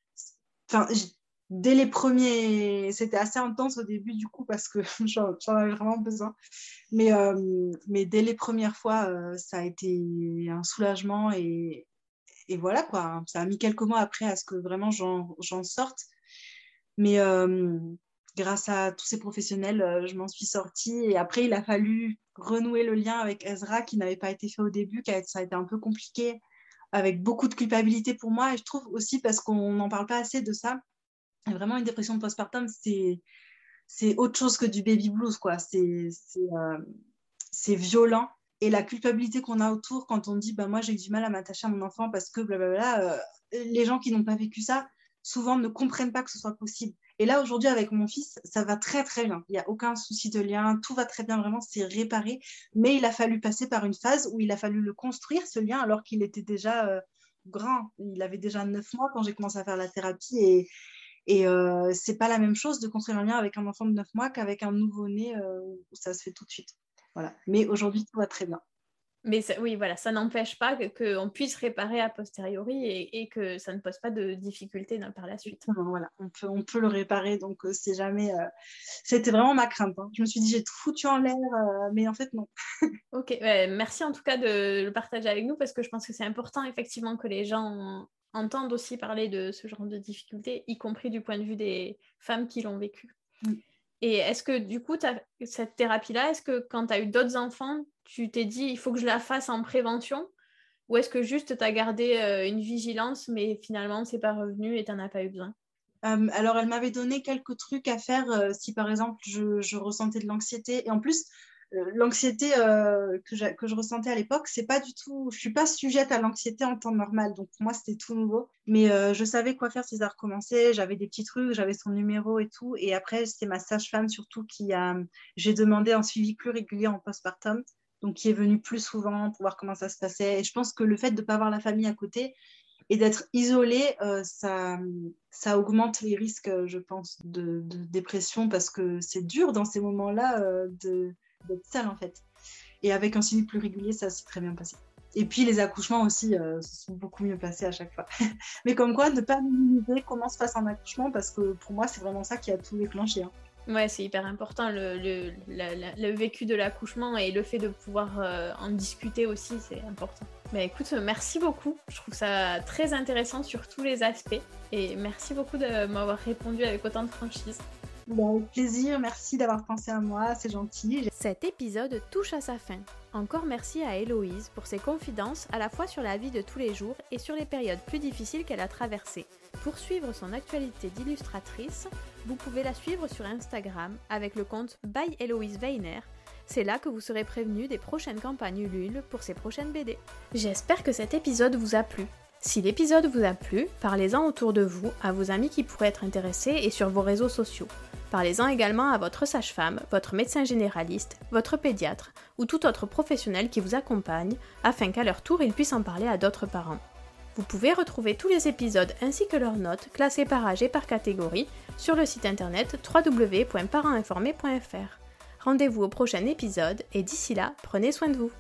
Enfin, j... dès les premiers... C'était assez intense au début, du coup, parce que j'en, j'en avais vraiment besoin. Mais, euh, mais dès les premières fois, euh, ça a été un soulagement. Et, et voilà, quoi. Ça a mis quelques mois après à ce que vraiment j'en, j'en sorte. Mais... Euh... grâce à tous ces professionnels, euh, je m'en suis sortie. Et après, il a fallu renouer le lien avec Ezra, qui n'avait pas été fait au début, qui a, ça a été un peu compliqué, avec beaucoup de culpabilité pour moi. Et je trouve aussi, parce qu'on n'en parle pas assez de ça, vraiment une dépression postpartum, c'est, c'est autre chose que du baby blues, quoi. C'est, c'est, euh, c'est violent. Et la culpabilité qu'on a autour, quand on dit bah, « moi, j'ai eu du mal à m'attacher à mon enfant parce que blablabla euh, », les gens qui n'ont pas vécu ça, souvent ne comprennent pas que ce soit possible. Et là, aujourd'hui, avec mon fils, ça va très, très bien. Il n'y a aucun souci de lien. Tout va très bien, vraiment, c'est réparé. Mais il a fallu passer par une phase où il a fallu le construire, ce lien, alors qu'il était déjà euh, grand. Il avait déjà neuf mois quand j'ai commencé à faire la thérapie. Et, et euh, ce n'est pas la même chose de construire un lien avec un enfant de neuf mois qu'avec un nouveau-né euh, où ça se fait tout de suite. Voilà. Mais aujourd'hui, tout va très bien.
Mais ça, oui, voilà, ça n'empêche pas que, qu'on puisse réparer a posteriori et, et que ça ne pose pas de difficultés par la suite.
Voilà, on peut, on peut le réparer, donc euh, c'est jamais... Euh... C'était vraiment ma crainte. Hein. Je me suis dit, j'ai tout foutu en l'air, euh, mais en fait, non.
Ok, ouais, merci en tout cas de le partager avec nous, parce que je pense que c'est important, effectivement, que les gens entendent aussi parler de ce genre de difficultés, y compris du point de vue des femmes qui l'ont vécu. Mm. Et est-ce que, du coup, cette thérapie-là, est-ce que quand tu as eu d'autres enfants, tu t'es dit, il faut que je la fasse en prévention, ou est-ce que juste tu as gardé euh, une vigilance, mais finalement, c'est pas revenu et tu n'en as pas eu besoin?
euh, Alors, elle m'avait donné quelques trucs à faire euh, si, par exemple, je, je ressentais de l'anxiété. Et en plus, euh, l'anxiété euh, que, que je ressentais à l'époque, c'est pas du tout... Je suis pas sujette à l'anxiété en temps normal. Donc, pour moi, c'était tout nouveau. Mais euh, je savais quoi faire si ça recommençait. J'avais des petits trucs, j'avais son numéro et tout. Et après, c'était ma sage-femme surtout qui a... J'ai demandé un suivi plus régulier en postpartum. Donc qui est venu plus souvent pour voir comment ça se passait. Et je pense que le fait de ne pas avoir la famille à côté et d'être isolée, euh, ça, ça augmente les risques, je pense, de, de dépression, parce que c'est dur dans ces moments-là euh, de, d'être seule, en fait. Et avec un suivi plus régulier, ça s'est très bien passé. Et puis les accouchements aussi euh, se sont beaucoup mieux passés à chaque fois. Mais comme quoi, ne pas minimiser comment se passe un accouchement, parce que pour moi, c'est vraiment ça qui a tout déclenché. Hein.
Ouais, c'est hyper important, le, le, la, la, le vécu de l'accouchement et le fait de pouvoir euh, en discuter aussi, c'est important. Bah écoute, merci beaucoup, je trouve ça très intéressant sur tous les aspects et merci beaucoup de m'avoir répondu avec autant de franchise.
Bon, avec plaisir, merci d'avoir pensé à moi, c'est gentil.
Cet épisode touche à sa fin. Encore merci à Héloïse pour ses confidences à la fois sur la vie de tous les jours et sur les périodes plus difficiles qu'elle a traversées. Pour suivre son actualité d'illustratrice, vous pouvez la suivre sur Instagram avec le compte by Héloïse Weiner. C'est là que vous serez prévenu des prochaines campagnes Ulule pour ses prochaines B D. J'espère que cet épisode vous a plu. Si l'épisode vous a plu, parlez-en autour de vous, à vos amis qui pourraient être intéressés et sur vos réseaux sociaux. Parlez-en également à votre sage-femme, votre médecin généraliste, votre pédiatre ou tout autre professionnel qui vous accompagne afin qu'à leur tour ils puissent en parler à d'autres parents. Vous pouvez retrouver tous les épisodes ainsi que leurs notes classées par âge et par catégorie sur le site internet w w w point parents informés point f r. Rendez-vous au prochain épisode et d'ici là, prenez soin de vous.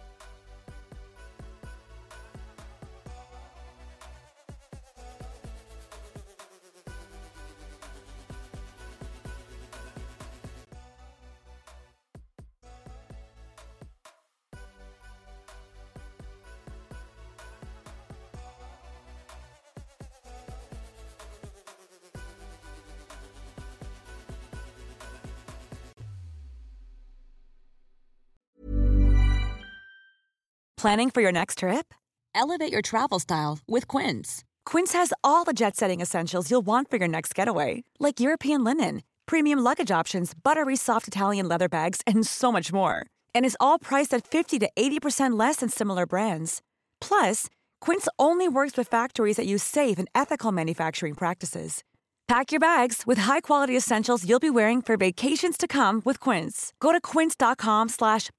Planning for your next trip? Elevate your travel style with Quince. Quince has all the jet-setting essentials you'll want for your next getaway, like European linen, premium luggage options, buttery soft Italian leather bags, and so much more. And is all priced at fifty to eighty percent less than similar brands. Plus, Quince only works with factories that use safe and ethical manufacturing practices. Pack your bags with high-quality essentials you'll be wearing for vacations to come with Quince. Go to quince dot com slash pack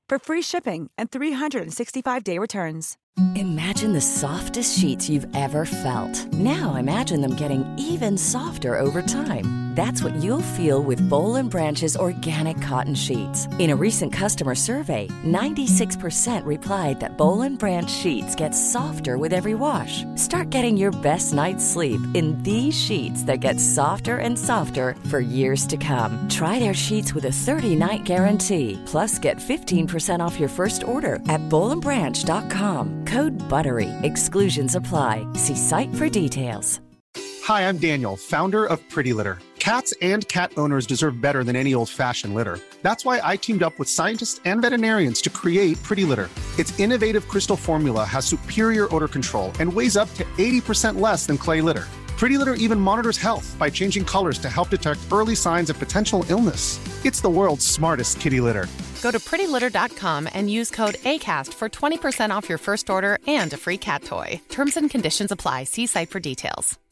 for free shipping and three sixty-five day returns.
Imagine the softest sheets you've ever felt. Now imagine them getting even softer over time. That's what you'll feel with Boll and Branch's organic cotton sheets. In a recent customer survey, ninety-six percent replied that Boll and Branch sheets get softer with every wash. Start getting your best night's sleep in these sheets that get softer and softer for years to come. Try their sheets with a thirty-night guarantee. Plus, get fifteen percent off your first order at boll and branch dot com. Code BUTTERY. Exclusions apply. See site for details.
Hi, I'm Daniel, founder of Pretty Litter. Cats and cat owners deserve better than any old-fashioned litter. That's why I teamed up with scientists and veterinarians to create Pretty Litter. Its innovative crystal formula has superior odor control and weighs up to eighty percent less than clay litter. Pretty Litter even monitors health by changing colors to help detect early signs of potential illness. It's the world's smartest kitty litter.
Go to pretty litter dot com and use code ACAST for twenty percent off your first order and a free cat toy. Terms and conditions apply. See site for details.